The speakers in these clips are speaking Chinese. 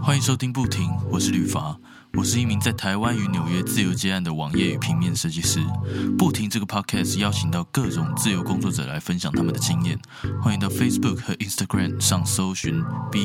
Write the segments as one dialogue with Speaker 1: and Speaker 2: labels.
Speaker 1: 欢迎收听不停，我是吕伐，我是一名在台湾与纽约自由接案的网页与平面设计师。不停这个 podcast 邀请到各种自由工作者来分享他们的经验，欢迎到 Facebook 和 Instagram 上搜寻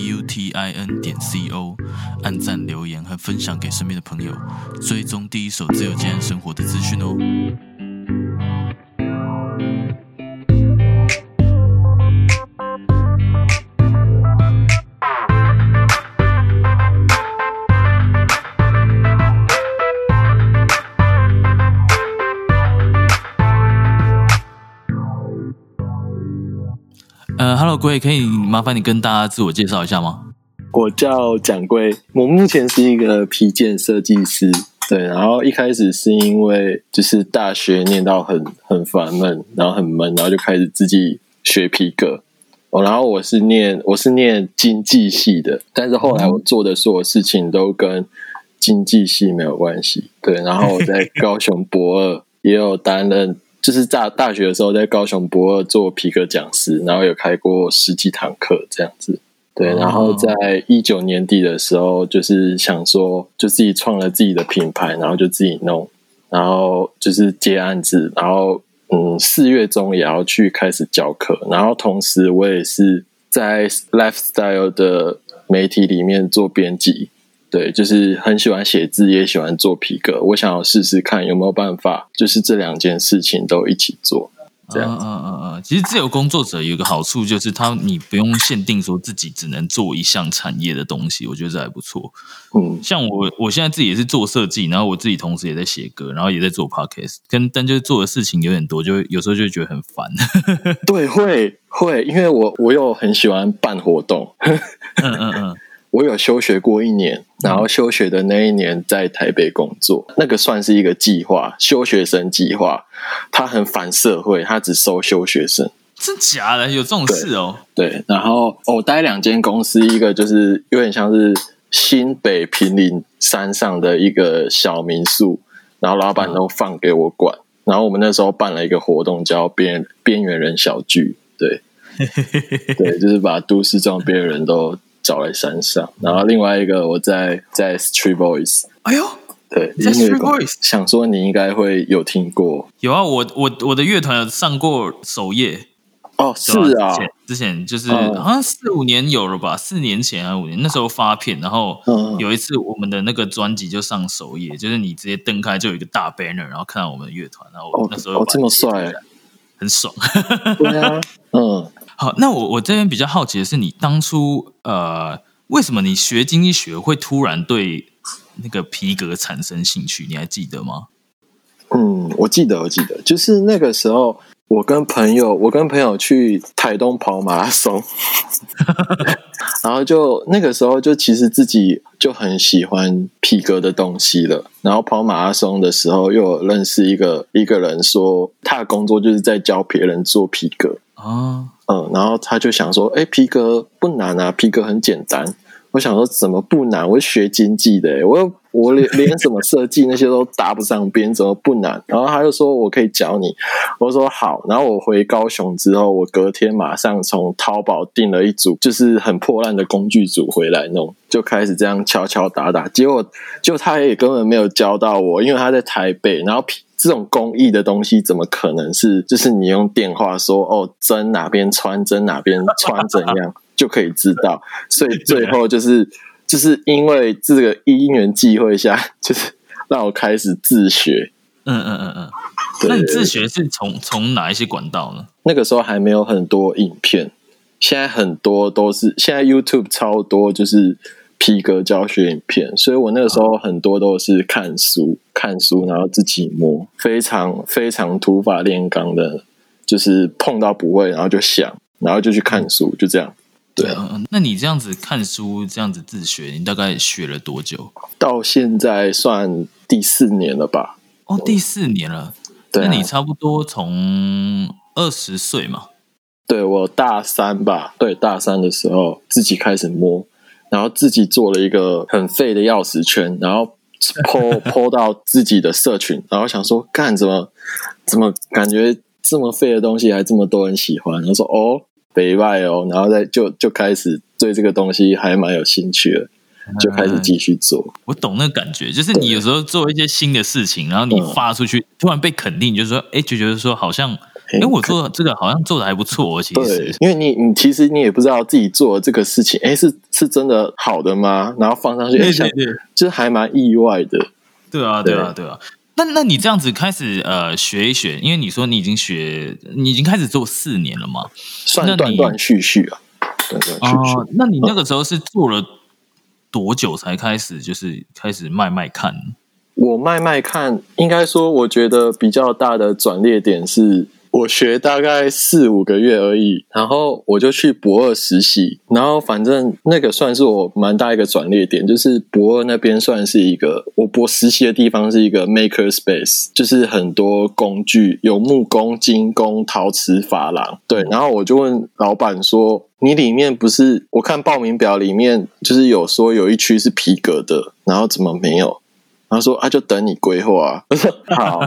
Speaker 1: butin.co， 按赞留言和分享给身边的朋友，追踪第一手自由接案生活的资讯哦。Hello， 各位，可以麻烦你跟大家自我介绍一下吗？
Speaker 2: 我叫蒋龟，我目前是一个皮件设计师。对，然后一开始是因为就是大学念到很烦闷，然后很闷，然后就开始自己学皮革。然后我是念经济系的，但是后来我做的所有事情都跟经济系没有关系。对，然后我在高雄博二也有担任。就是在大学的时候，在高雄博二做皮革讲师，然后有开过10几堂课这样子。对，然后在19年底的时候，就是想说，就自己创了自己的品牌，然后就自己弄，然后就是接案子，然后4月中也要去开始教课，然后同时我也是在 Lifestyle 的媒体里面做编辑。对，就是很喜欢写字，也喜欢做皮革。我想要试试看有没有办法，就是这两件事情都一起做。这样子。
Speaker 1: 其实自由工作者有一个好处，就是你不用限定说自己只能做一项产业的东西，我觉得这还不错。像我现在自己也是做设计，然后我自己同时也在写歌，然后也在做 podcast， 但就是做的事情有点多，就有时候就觉得很烦。
Speaker 2: 对，会，因为我又很喜欢办活动。我有休学过1年，然后休学的那一年在台北工作，那个算是一个计划，休学生计划，它很反社会，它只收休学生。
Speaker 1: 真假的？有这种事哦？
Speaker 2: 对，然后我待2间公司，一个就是有点像是新北坪林山上的一个小民宿，然后老板都放给我管，然后我们那时候办了一个活动叫边缘人小聚。对，对，就是把都市中边缘人都找来山上，然后另外一个我在 Street Boys。
Speaker 1: 哎呦，
Speaker 2: 对，
Speaker 1: 在 Street Boys，
Speaker 2: 想说你应该会有听过。
Speaker 1: 有啊，我的乐团有上过首页。
Speaker 2: 哦，是啊，
Speaker 1: 之前就是好像4-5年有了吧，4年前还是5年，那时候发片，然后有一次我们的那个专辑就上首页，就是你直接登开就有一个大 banner， 然后看到我们的乐团，然后那时候
Speaker 2: 这么帅，很
Speaker 1: 爽。
Speaker 2: 对啊，
Speaker 1: 好，那我这边比较好奇的是，你当初为什么你学经济学会突然对那个皮革产生兴趣？你还记得吗？
Speaker 2: 我记得，就是那个时候我跟朋友去台东跑马拉松，然后就那个时候就其实自己就很喜欢皮革的东西了，然后跑马拉松的时候又有认识一个人说他的工作就是在教别人做皮革。然后他就想说皮革不难啊，皮革很简单。我想说怎么不难，我是学经济的，我连什么设计那些都搭不上边，怎么不难？然后他就说我可以教你，我说好。然后我回高雄之后，我隔天马上从淘宝订了一组就是很破烂的工具组回来弄，就开始这样敲敲打打。结果就他也根本没有教到我，因为他在台北，然后这种工艺的东西怎么可能是就是你用电话说针哪边穿针哪边穿怎样就可以知道？所以最后就是因为这个因缘际会下，就是让我开始自学。
Speaker 1: 那你自学是从哪一些管道呢？
Speaker 2: 那个时候还没有很多影片，现在很多都是，现在 YouTube 超多就是皮革教学影片，所以我那个时候很多都是看书，然后自己摸，非常非常土法炼钢的，就是碰到不会，然后就想，然后就去看书，就这样。对啊，
Speaker 1: 那你这样子看书，这样子自学，你大概学了多久？
Speaker 2: 到现在算第4年了吧？
Speaker 1: 第4年了。对啊，那你差不多从20岁嘛？
Speaker 2: 对，我大3吧，对，大3的时候自己开始摸，然后自己做了一个很废的钥匙圈，然后po 到自己的社群，然后想说干怎么感觉这么废的东西还这么多人喜欢，然后说北拜然后再就开始对这个东西还蛮有兴趣的， 就开始继续做。
Speaker 1: 我懂那个感觉，就是你有时候做一些新的事情，然后你发出去，突然被肯定，就是说，就觉得说好像，我做这个好像做的还不错。其实，
Speaker 2: 对，因为你其实你也不知道自己做的这个事情，是真的好的吗？然后放上去，对，就是还蛮意外的。
Speaker 1: 对啊。那你这样子开始学一学，因为你说你已经开始做4年了嘛，
Speaker 2: 算断断续续啊。
Speaker 1: 那你那个时候是做了多久才开始，就是开始卖看？
Speaker 2: 我卖看，应该说，我觉得比较大的转捩点是我学大概4-5个月而已，然后我就去博二实习，然后反正那个算是我蛮大一个转捩点，就是博二那边算是一个我实习的地方是一个 maker space， 就是很多工具，有木工、金工、陶瓷、珐琅，对，然后我就问老板说，你里面不是我看报名表里面就是有说有一区是皮革的，然后怎么没有？然后说就等你规划。我说好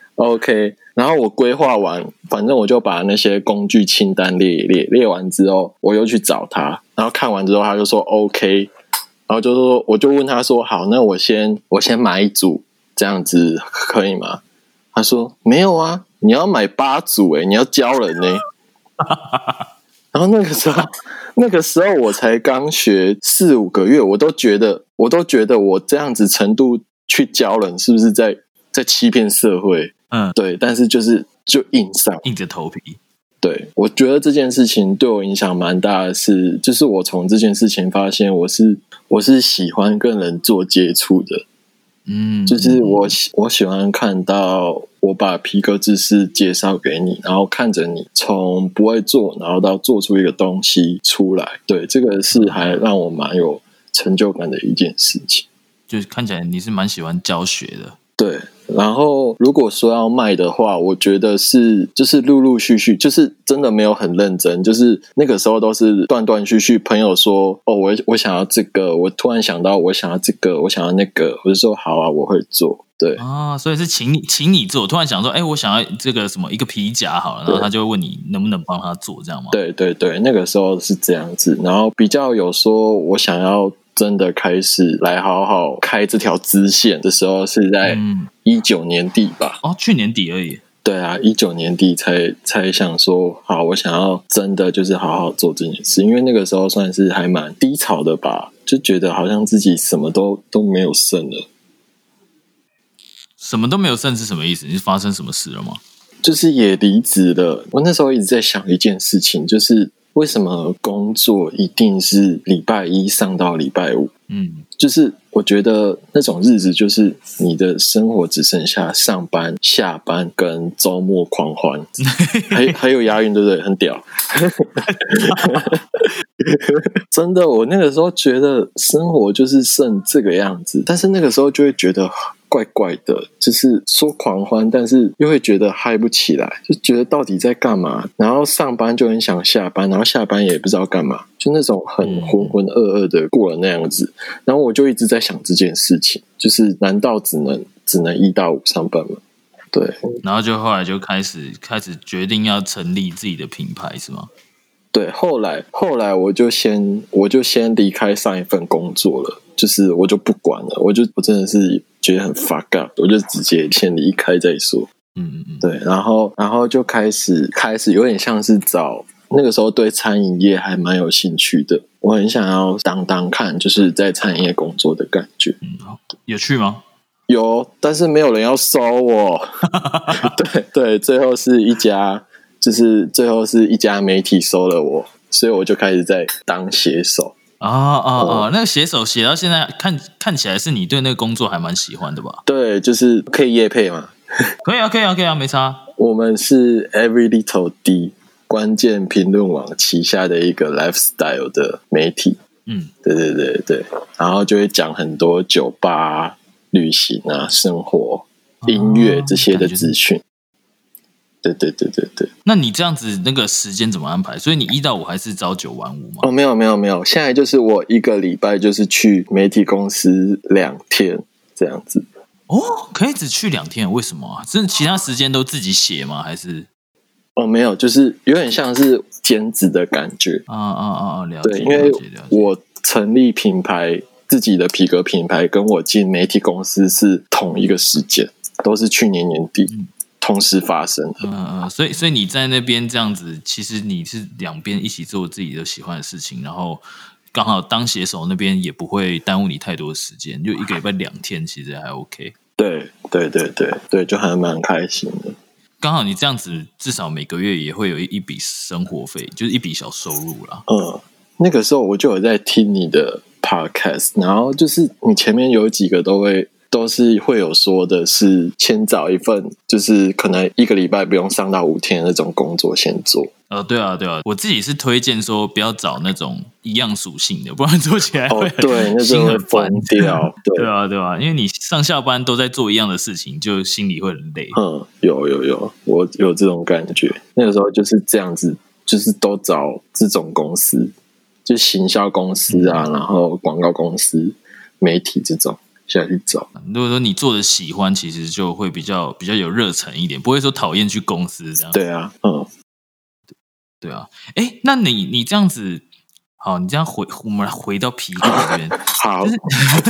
Speaker 2: OK， 然后我规划完，反正我就把那些工具清单列完之后，我又去找他，然后看完之后他就说 OK， 然后就说我就问他说好，那我先买1组这样子可以吗？他说没有啊，你要买8组你要教人呢。然后那个时候我才刚学4-5个月，我都觉得我这样子程度去教人是不是在欺骗社会？对，但是就硬
Speaker 1: 着头皮。
Speaker 2: 对，我觉得这件事情对我影响蛮大的是，就是我从这件事情发现我是喜欢跟人做接触的。就是我喜欢看到我把皮革知识介绍给你，然后看着你从不会做，然后到做出一个东西出来。对，这个是还让我蛮有成就感的一件事情。
Speaker 1: 就是看起来你是蛮喜欢教学的。
Speaker 2: 对，然后如果说要卖的话，我觉得就是陆陆续续，就是真的没有很认真，就是那个时候都是断断续续。朋友说我想要这个，我突然想到我想要这个，我想要那个，我就说好啊，我会做。对
Speaker 1: 所以是请你做。突然想说我想要这个什么一个皮夹好了，然后他就会问你能不能帮他做，这样吗？
Speaker 2: 对，那个时候是这样子。然后比较有说我想要真的开始来好好开这条支线的时候是在19年底吧。
Speaker 1: 去年底而已。
Speaker 2: 对啊，19年底才想说好，我想要真的就是好好做这件事，因为那个时候算是还蛮低潮的吧，就觉得好像自己什么都没有剩了。
Speaker 1: 什么都没有剩是什么意思？你是发生什么事了吗？
Speaker 2: 就是也离职了。我那时候一直在想一件事情，就是为什么工作一定是礼拜一上到礼拜五？就是我觉得那种日子，就是你的生活只剩下上班、下班跟周末狂欢，还有押韵，对不对？很屌。真的，我那个时候觉得生活就是剩这个样子，但是那个时候就会觉得怪怪的，就是说狂欢，但是又会觉得嗨不起来，就觉得到底在干嘛？然后上班就很想下班，然后下班也不知道干嘛，就那种很浑浑噩噩的过了那样子。然后我就一直在想这件事情，就是难道只能1到5上班吗？对，
Speaker 1: 然后就后来就开始决定要成立自己的品牌，是吗？
Speaker 2: 对，后来我就先离开上一份工作了，就是我就不管了，我真的是觉得很 fuck up， 我就直接先离开再说。对，然后就开始有点像是找，那个时候对餐饮业还蛮有兴趣的，我很想要当看，就是在餐饮业工作的感觉。
Speaker 1: 有趣吗？
Speaker 2: 有，但是没有人要收我。对，最后是一家媒体收了我，所以我就开始在当写手。
Speaker 1: 那个写手写到现在，看起来是你对那个工作还蛮喜欢的吧？
Speaker 2: 对，就是可以业配嘛。
Speaker 1: 可以啊，没差。
Speaker 2: 我们是 Every Little D 关键评论网旗下的一个 lifestyle 的媒体。对，然后就会讲很多酒吧、旅行啊、生活、音乐这些的资讯。对。
Speaker 1: 那你这样子那个时间怎么安排？所以你1到5还是朝9晚5吗？
Speaker 2: 没有，现在就是我1个礼拜就是去媒体公司2天这样子。
Speaker 1: 可以只去2天，为什么啊？是其他时间都自己写吗？还是？
Speaker 2: 没有，就是有点像是兼职的感觉。
Speaker 1: 了解。
Speaker 2: 对，因为我成立品牌自己的皮革品牌跟我进媒体公司是同一个时间，都是去年年底同时发生的。
Speaker 1: 所以你在那边这样子，其实你是两边一起做自己的喜欢的事情，然后刚好当写手那边也不会耽误你太多时间，就一个礼拜2天，其实还 OK。
Speaker 2: 对，就还蛮开心的。
Speaker 1: 刚好你这样子，至少每个月也会有一笔生活费，就是一笔小收入啦。
Speaker 2: 那个时候我就有在听你的 podcast， 然后就是你前面有几个都是会有说的是先找一份就是可能一个礼拜不用上到5天的那种工作先做。
Speaker 1: 对啊，我自己是推荐说不要找那种一样属性的，不然做起来会
Speaker 2: 对，那就会疯掉。
Speaker 1: 对啊，因为你上下班都在做一样的事情，就心里会很累。
Speaker 2: 有，我有这种感觉。那个时候就是这样子，就是都找这种公司，就行销公司啊，然后广告公司、媒体这种下去找。
Speaker 1: 如果说你做的喜欢，其实就会比较有热忱一点，不会说讨厌去公司这样。
Speaker 2: 对啊，
Speaker 1: 对啊，那你这样子，好，你这样我们来回到皮革这边，
Speaker 2: 好，
Speaker 1: 就是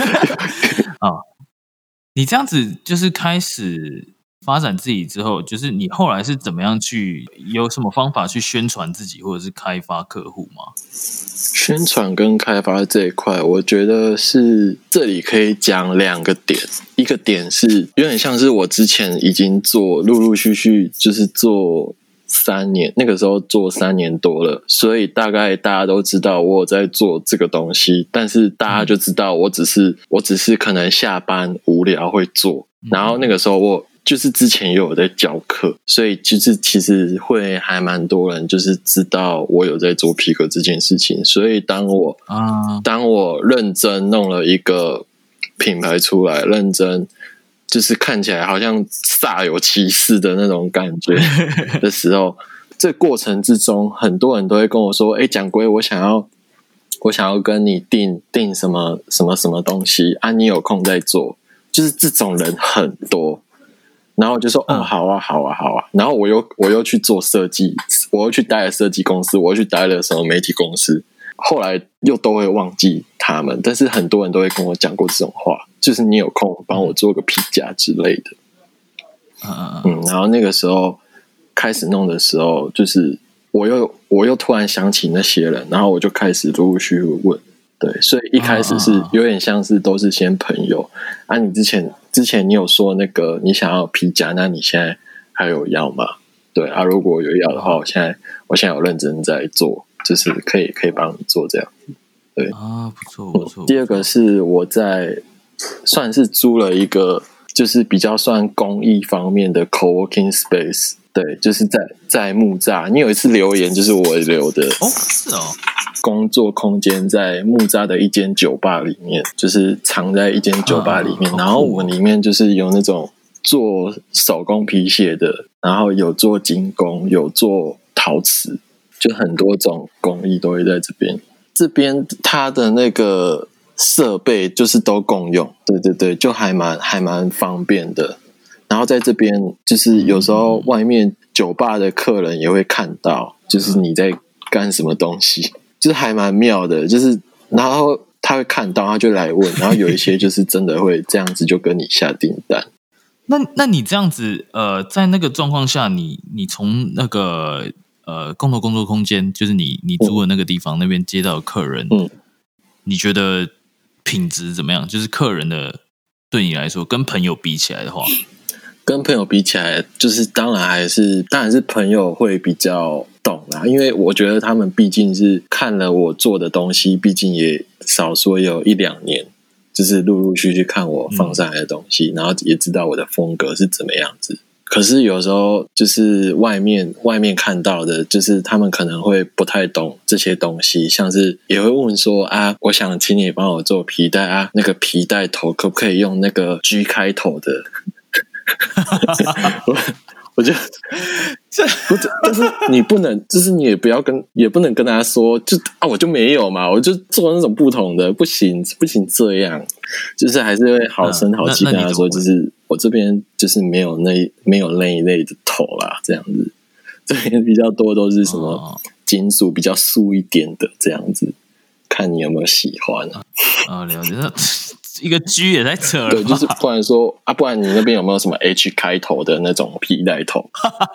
Speaker 1: 你这样子就是开始发展自己之后，就是你后来是怎么样有什么方法去宣传自己，或者是开发客户吗？
Speaker 2: 宣传跟开发这一块，我觉得是这里可以讲2个点。一个点是有点像是我之前已经陆陆续续就是做3年，那个时候做3年多了，所以大概大家都知道我有在做这个东西，但是大家就知道我只是可能下班无聊会做，然后那个时候我就是之前也有在教课，所以就是其实会还蛮多人就是知道我有在做皮革这件事情，所以当我认真弄了一个品牌出来，认真就是看起来好像煞有其事的那种感觉的时候，这过程之中，很多人都会跟我说：“蒋龟，我想要跟你订什么什么什么东西啊，你有空再做。”就是这种人很多，然后我就说：“好啊。”然后我又去做设计，我又去待了设计公司，我又去待了什么媒体公司。后来又都会忘记他们，但是很多人都会跟我讲过这种话，就是你有空帮我做个皮夹之类的。然后那个时候开始弄的时候，就是我又突然想起那些人，然后我就开始陆陆续续问。对，所以一开始是有点像是都是先朋友啊。你之前你有说那个你想要皮夹，那你现在还有要吗？对啊，如果有要的话，我现在有认真在做。就是可以帮你做这样，对啊，
Speaker 1: 不错。
Speaker 2: 第二个是我算是租了一个，就是比较算公益方面的 coworking space， 对，就是在木栅。你有一次留言就是我留的
Speaker 1: 是哦，
Speaker 2: 工作空间在木栅的一间酒吧里面，就是藏在一间酒吧里面，然后我们里面就是有那种做手工皮鞋的，然后有做精工，有做陶瓷。就很多种工艺都会在这边，它的那个设备就是都共用，对，就还蛮方便的。然后在这边就是有时候外面酒吧的客人也会看到，就是你在干什么东西，就是还蛮妙的。就是然后他会看到，他就来问，然后有一些就是真的会这样子就跟你下订单。
Speaker 1: 那你这样子在那个状况下，你从那个共同工作空间，就是你租的那个地方那边接到的客人，你觉得品质怎么样？就是客人的对你来说，跟朋友比起来的话，
Speaker 2: 跟朋友比起来，就是当然是朋友会比较懂啦，因为我觉得他们毕竟是看了我做的东西，毕竟也少说有1-2年，就是陆陆续续看我放上来的东西，然后也知道我的风格是怎么样子。可是有时候就是外面看到的，就是他们可能会不太懂这些东西，像是也会问说啊，我想请你帮我做皮带啊，那个皮带头可不可以用那个 G 开头的？我就就是你不能，就是你也不能跟他说，我就没有嘛，我就做那种不同的，不行这样，就是还是会好声好气跟他说，就是我这边就是没有那一类的头啦，这样子，这边比较多都是什么金属比较素一点的这样子， 看你有没有喜欢
Speaker 1: 啊。了解，那一个 G 也太扯了吧。
Speaker 2: 对，就是不然说啊，不然你那边有没有什么 H 开头的那种皮带头？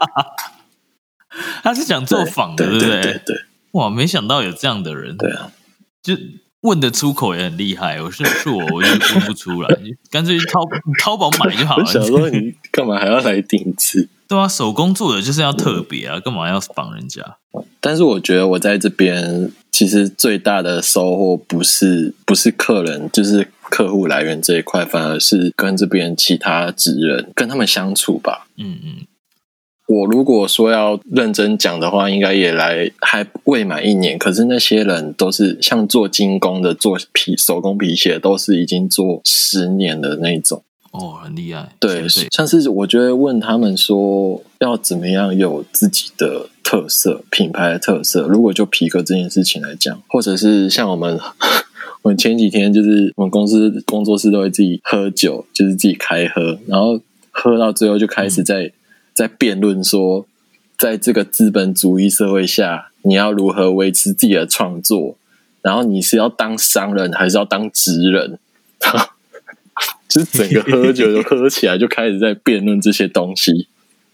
Speaker 1: 他是想做仿的，对不对？
Speaker 2: 对。
Speaker 1: 哇，没想到有这样的人。
Speaker 2: 对啊，
Speaker 1: 就问得出口也很厉害。我就问不出来，干脆淘宝买就好了。
Speaker 2: 我想说你干嘛还要来定制？
Speaker 1: 对啊，手工做的就是要特别啊，干嘛要绑人家？
Speaker 2: 但是我觉得我在这边其实最大的收获不是客人，就是客户来源这一块，反而是跟这边其他职人跟他们相处吧。我如果说要认真讲的话，应该也来还未满1年，可是那些人都是像做精工的、做手工皮鞋，都是已经做10年的那种。
Speaker 1: 哦，很厉害。
Speaker 2: 对，像是我觉得问他们说要怎么样有自己的特色、品牌的特色。如果就皮革这件事情来讲，或者是像我们前几天就是我们公司工作室都会自己喝酒，就是自己开喝，然后喝到最后就开始在辩论说，在这个资本主义社会下，你要如何维持自己的创作，然后你是要当商人还是要当职人？就是整个喝酒就喝起来就开始在辩论这些东西。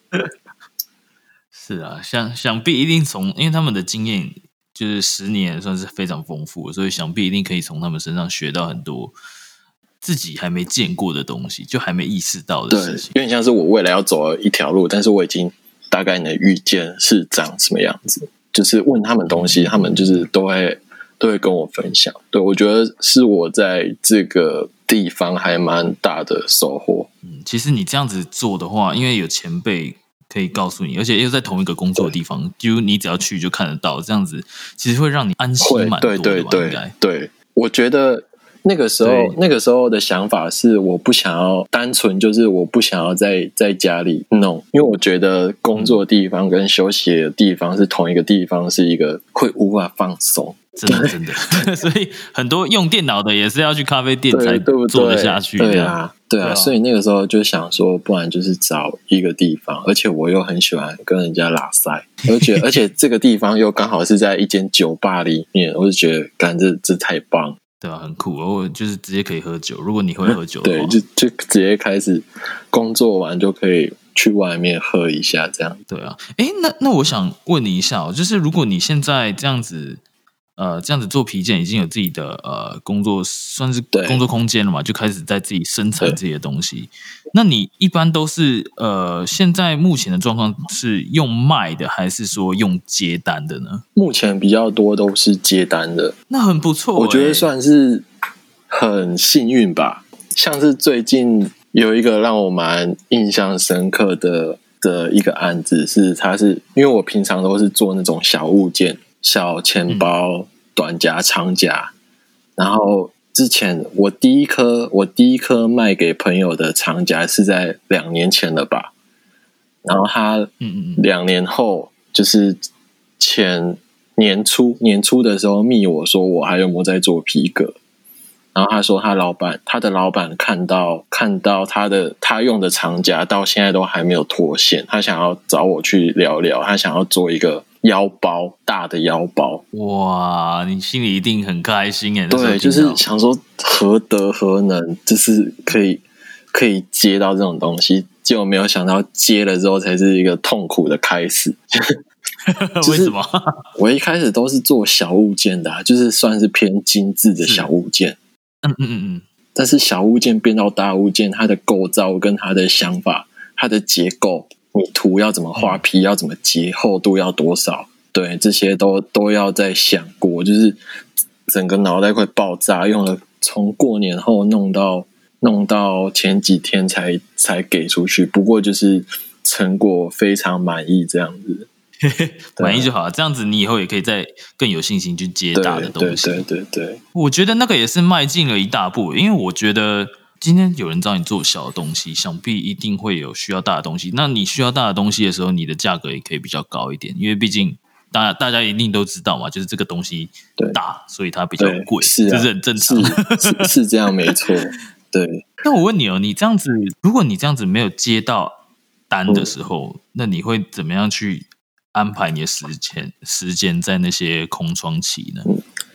Speaker 1: 是啊，想必一定因为他们的经验就是10年算是非常丰富，所以想必一定可以从他们身上学到很多自己还没见过的东西，就还没意识到的事情。
Speaker 2: 对，有点像是我未来要走的一条路，但是我已经大概能预见是长什么样子。就是问他们东西，他们就是都会跟我分享。对，我觉得是我在这个地方还蛮大的收获。
Speaker 1: 其实你这样子做的话，因为有前辈可以告诉你，而且又在同一个工作的地方，就你只要去就看得到，这样子其实会让你安心蛮多的吧？
Speaker 2: 对，我觉得那个时候的想法是，我不想要单纯就是我不想要在家里弄，因为我觉得工作的地方跟休息的地方是同一个地方，是一个会无法放松。
Speaker 1: 真的，所以很多用电脑的也是要去咖啡店才做得下去。
Speaker 2: 对啊，所以那个时候就想说，不然就是找一个地方，而且我又很喜欢跟人家拉塞，而且这个地方又刚好是在一间酒吧里面，我就觉得，干这太棒，
Speaker 1: 对啊，很酷。我就是直接可以喝酒，如果你会喝酒的话，
Speaker 2: 对，就直接开始工作完就可以去外面喝一下，这样。
Speaker 1: 对啊，那我想问你一下就是如果你现在这样子做皮件已经有自己的工作，算是工作空间了嘛，就开始在自己生产这些东西。那你一般都是现在目前的状况是用卖的，还是说用接单的呢？
Speaker 2: 目前比较多都是接单的，
Speaker 1: 那很不错
Speaker 2: 我觉得算是很幸运吧。像是最近有一个让我蛮印象深刻的一个案子它是因为我平常都是做那种小物件。小钱包、短夹、长夹，然后之前我第一颗卖给朋友的长夹是在2年前了吧，然后他2年后就是年初的时候密我说我还有没有在做皮革，然后他说他的老板看到他用的长夹到现在都还没有脱线，他想要找我去聊聊，他想要做一个腰包，大的腰包。
Speaker 1: 哇，你心里一定很开心耶。
Speaker 2: 对，就是想说何德何能，就是可以接到这种东西，结果没有想到接了之后才是一个痛苦的开始。
Speaker 1: 为什么？
Speaker 2: 我一开始都是做小物件的就是算是偏精致的小物件。但是小物件变到大物件，它的构造跟它的想法，它的结构，你图要怎么画，皮要怎么接，厚度要多少，对，这些都要再想过，就是整个脑袋快爆炸，用了从过年后弄到前几天才给出去，不过就是成果非常满意这样子。
Speaker 1: 满意就好了，这样子你以后也可以再更有信心去接大的东西。
Speaker 2: 对，
Speaker 1: 我觉得那个也是迈进了一大步，因为我觉得今天有人找你做小的东西，想必一定会有需要大的东西。那你需要大的东西的时候，你的价格也可以比较高一点，因为毕竟大家一定都知道嘛，就是这个东西大，所以它比较贵，这是很正常，
Speaker 2: 是这样没错。对。
Speaker 1: 那我问你你这样子，如果你这样子没有接到单的时候，那你会怎么样去安排你的时间在那些空窗期呢？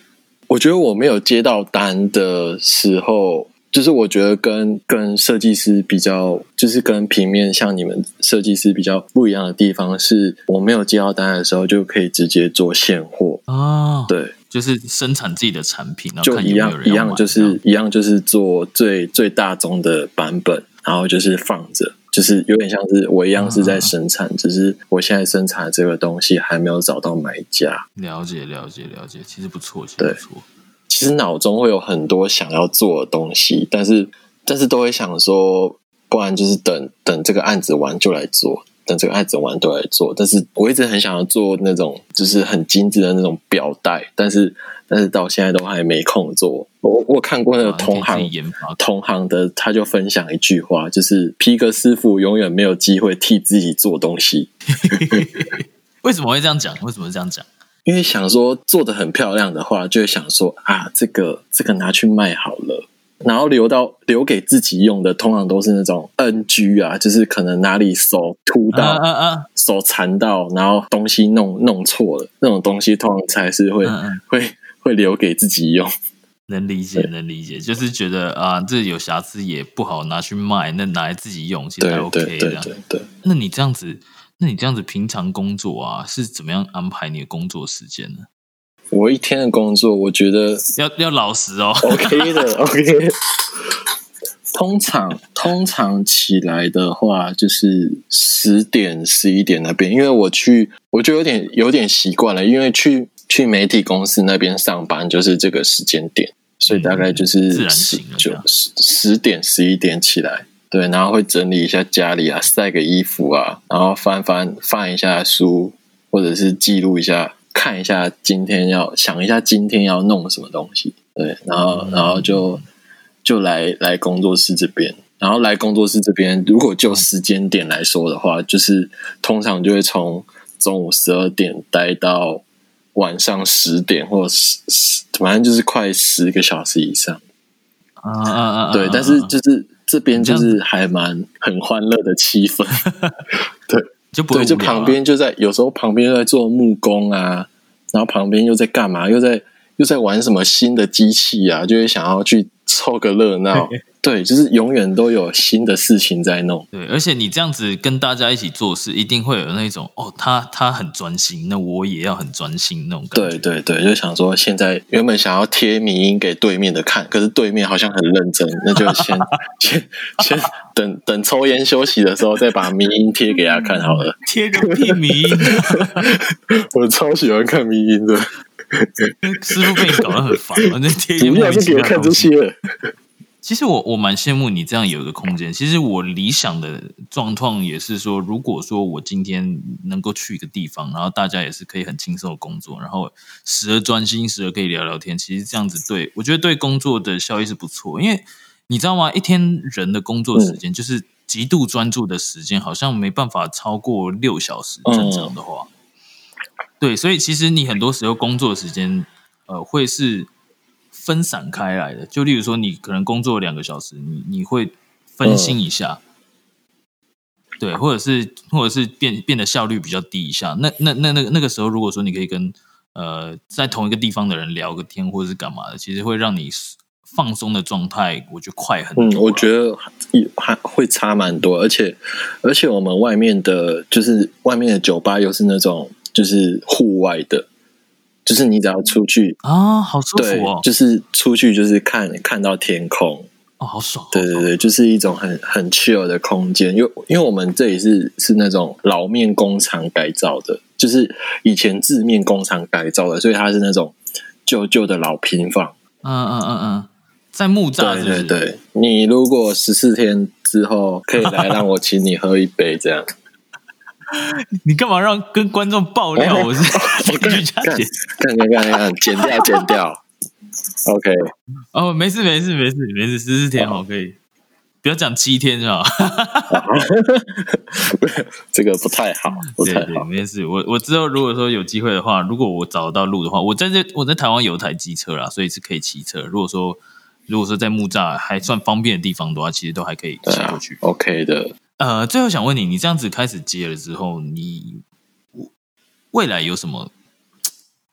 Speaker 2: 我觉得我没有接到单的时候，就是我觉得跟设计师比较，就是跟平面像你们设计师比较不一样的地方是，我没有接到单的时候就可以直接做现货
Speaker 1: 哦，
Speaker 2: 对，
Speaker 1: 就是生产自己的产品，然后
Speaker 2: 就
Speaker 1: 看有没有人要买，
Speaker 2: 一样就是做最大宗的版本，然后就是放着。就是有点像是我一样是在生产，只是我现在生产的这个东西还没有找到买家。
Speaker 1: 了解，其实不错，
Speaker 2: 对，其实脑中会有很多想要做的东西，但是都会想说，不然就是等这个案子完就来做，等这个案子完就来做。但是我一直很想要做那种就是很精致的那种表带，但是到现在都还没空做。我看过那个同行的，他就分享一句话，就是皮革师傅永远没有机会替自己做东西。
Speaker 1: 为什么会这样讲？
Speaker 2: 因为想说做得很漂亮的话，就会想说啊，这个拿去卖好了。然后留给自己用的，通常都是那种 NG 啊，就是可能哪里手凸到，手残到，然后东西弄错了，那种东西通常才是会留给自己用。
Speaker 1: 能理解，就是觉得啊，这有瑕疵也不好拿去卖，那拿来自己用其实还 OK 的。
Speaker 2: 对。
Speaker 1: 那你这样子平常工作啊，是怎么样安排你的工作时间呢？
Speaker 2: 我一天的工作，我觉得
Speaker 1: 要老实哦。
Speaker 2: OK 的 OK。通常起来的话，就是10点11点那边，因为我就有点习惯了，因为去媒体公司那边上班就是这个时间点，所以大概就是10点11点起来，对，然后会整理一下家里啊，晒个衣服啊，然后翻一下书，或者是记录一下。看一下想一下今天要弄什么东西，对，然后就来工作室这边，然后来工作室这边，如果就时间点来说的话，就是通常就会从中午12点待到晚上10点，或反正就是快10个小时以上。对，但是就是这边就是还很欢乐的气氛，对。对，就旁边有时候旁边就在做木工啊，然后旁边又在干嘛？又在玩什么新的机器啊？就会想要去凑个热闹。对，就是永远都有新的事情在弄。
Speaker 1: 对，而且你这样子跟大家一起做事，一定会有那种他很专心，那我也要很专心那种感觉。
Speaker 2: 对，就想说现在原本想要贴迷因给对面的看，可是对面好像很认真，那就先等抽烟休息的时候再把迷因贴给他看好了。
Speaker 1: 贴个屁迷因！
Speaker 2: 我超喜欢看迷因的。
Speaker 1: 师傅被你搞得很烦，那贴
Speaker 2: 不要给我看这些。
Speaker 1: 其实我蛮羡慕你这样有一个空间。其实我理想的状况也是说，如果说我今天能够去一个地方，然后大家也是可以很轻松的工作，然后时而专心，时而可以聊聊天。其实这样子我觉得对工作的效益是不错。因为你知道吗？一天人的工作时间就是极度专注的时间，好像没办法超过6小时。正常的话，对，所以其实你很多时候工作的时间，会是分散开来的。就例如说，你可能工作2个小时，你会分心一下，对，或者是变得效率比较低一下。那个时候，如果说你可以跟在同一个地方的人聊个天，或者是干嘛的，其实会让你放松的状态，我觉得快很多。
Speaker 2: 我觉得还会差蛮多，而且我们外面的酒吧又是那种就是户外的。就是你只要出去
Speaker 1: 啊，好舒服哦！
Speaker 2: 对，就是出去就是看到天空
Speaker 1: 好爽！
Speaker 2: 对，就是一种很 chill 的空间。因为我们这里是那种老面工厂改造的，就是以前制面工厂改造的，所以它是那种旧的老平房。
Speaker 1: 在木栅是不是？
Speaker 2: 对，你如果14天之后可以来，让我请你喝一杯这样。
Speaker 1: 你干嘛跟观众爆料？我是
Speaker 2: 干，剪掉。OK，
Speaker 1: 没事，14天好，可以，不要讲7天就好。
Speaker 2: 这个不太好，
Speaker 1: 对，没事。我之后如果说有机会的话，如果我找到路的话，我在台湾有台机车啦，所以是可以骑车。如果说在木栅还算方便的地方的话，其实都还可以骑过去。
Speaker 2: OK 的。
Speaker 1: 最后想问你这样子开始接了之后，你未来有什么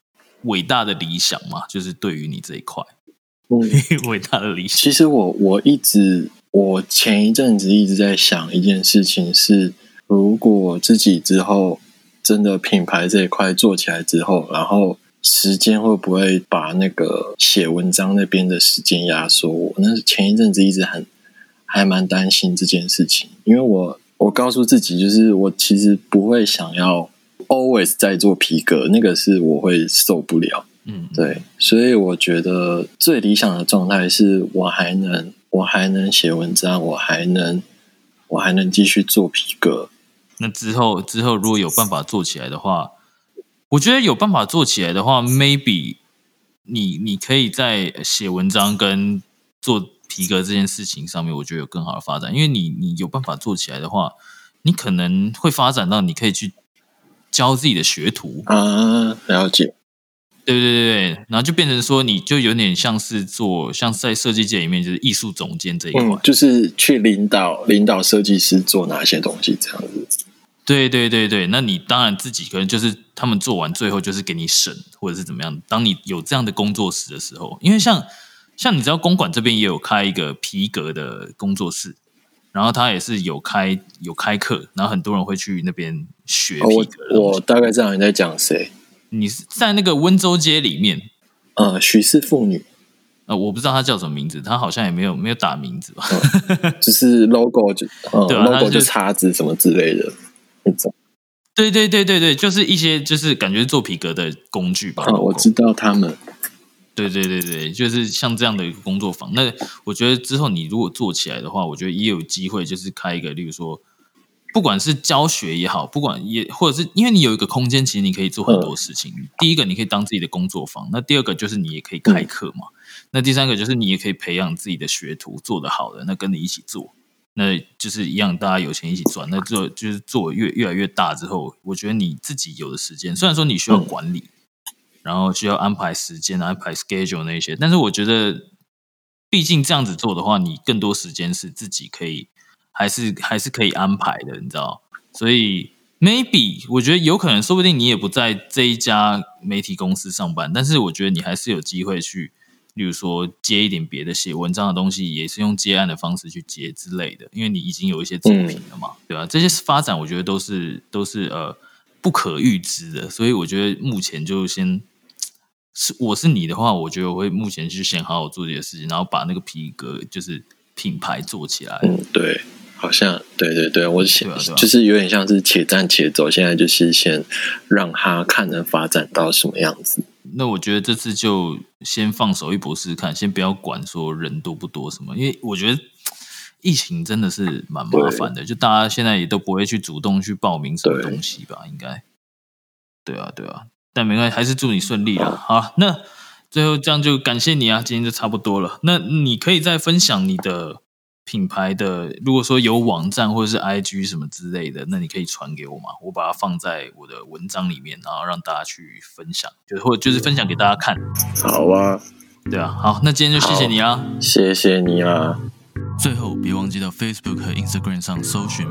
Speaker 1: 伟大的理想吗？就是对于你这一块，伟大的理想。
Speaker 2: 其实我前一阵子一直在想一件事情是，如果自己之后真的品牌这一块做起来之后，然后时间会不会把那个写文章那边的时间压缩？我那前一阵子一直还蛮担心这件事情，因为我告诉自己，就是我其实不会想要 always 在做皮革，那个是我会受不了。对，所以我觉得最理想的状态是我还能写文章，我还能继续做皮革。
Speaker 1: 那之后如果有办法做起来的话，我觉得有办法做起来的话 ，maybe 你可以在写文章跟做皮革这件事情上面，我觉得有更好的发展。因为你有办法做起来的话，你可能会发展到你可以去教自己的学徒
Speaker 2: 啊，了解。
Speaker 1: 对，然后就变成说，你就有点像是像在设计界里面就是艺术总监这一块，
Speaker 2: 就是去领导设计师做哪些东西这样子。
Speaker 1: 对，那你当然自己可能就是他们做完最后就是给你审或者是怎么样。当你有这样的工作室的时候，因为像你知道公馆这边也有开一个皮革的工作室，然后他也是有开课，然后很多人会去那边学皮革。
Speaker 2: 我大概知道你在讲谁。
Speaker 1: 你是在那个温州街里面，
Speaker 2: 许氏妇女，
Speaker 1: 我不知道他叫什么名字，他好像也没有打名字吧，
Speaker 2: 就是 logo 就
Speaker 1: 对啊
Speaker 2: ，logo 就叉子什么之类的那种。
Speaker 1: 对，就是一些就是感觉做皮革的工具吧。
Speaker 2: 我知道他们。
Speaker 1: 对，就是像这样的一个工作坊。那我觉得之后你如果做起来的话，我觉得也有机会，就是开一个，例如说。不管是教学也好，或者是因为你有一个空间，其实你可以做很多事情。第一个，你可以当自己的工作坊；那第二个就是你也可以开课嘛。那第三个就是你也可以培养自己的学徒，做得好的，那跟你一起做，那就是一样，大家有钱一起赚。那就是做越来越大之后，我觉得你自己有的时间，虽然说你需要管理，然后需要安排时间、安排 schedule 那些，但是我觉得，毕竟这样子做的话，你更多时间是自己可以。还是可以安排的，你知道？所以 maybe 我觉得有可能，说不定你也不在这一家媒体公司上班，但是我觉得你还是有机会去，例如说接一点别的写文章的东西，也是用接案的方式去接之类的，因为你已经有一些作品了嘛，对吧？这些发展我觉得都是不可预知的，所以我觉得目前就先。我是你的话，我觉得我会目前就先好好做这些事情，然后把那个皮革就是品牌做起来。
Speaker 2: 对。好像对，我就是有点像是且战且走，现在就是先让他看能发展到什么样子。
Speaker 1: 那我觉得这次就先放手一搏试试看，先不要管说人多不多什么，因为我觉得疫情真的是蛮麻烦的，就大家现在也都不会去主动去报名什么东西吧，应该。对啊，但没关系，还是祝你顺利啦。好，那最后这样就感谢你啊，今天就差不多了。那你可以再分享你的品牌的，如果说有网站或者是 IG 什么之类的，那你可以传给我嘛，我把它放在我的文章里面，然后让大家去分享，或者就是分享给大家看。
Speaker 2: 好啊，
Speaker 1: 对啊，好，那今天就谢谢你啦，
Speaker 2: 谢谢你啦。
Speaker 1: 最后别忘记到 Facebook 和 Instagram 上搜寻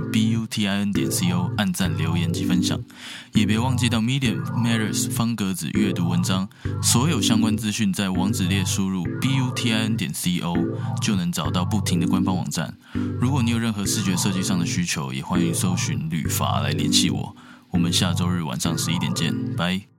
Speaker 1: BUTIN.CO 按赞留言及分享，也别忘记到 Medium Matters 方格子阅读文章，所有相关资讯在网址列输入 BUTIN.CO 就能找到不停的官方网站。如果你有任何视觉设计上的需求，也欢迎搜寻旅发来联系我。我们下周日晚上11点见，拜。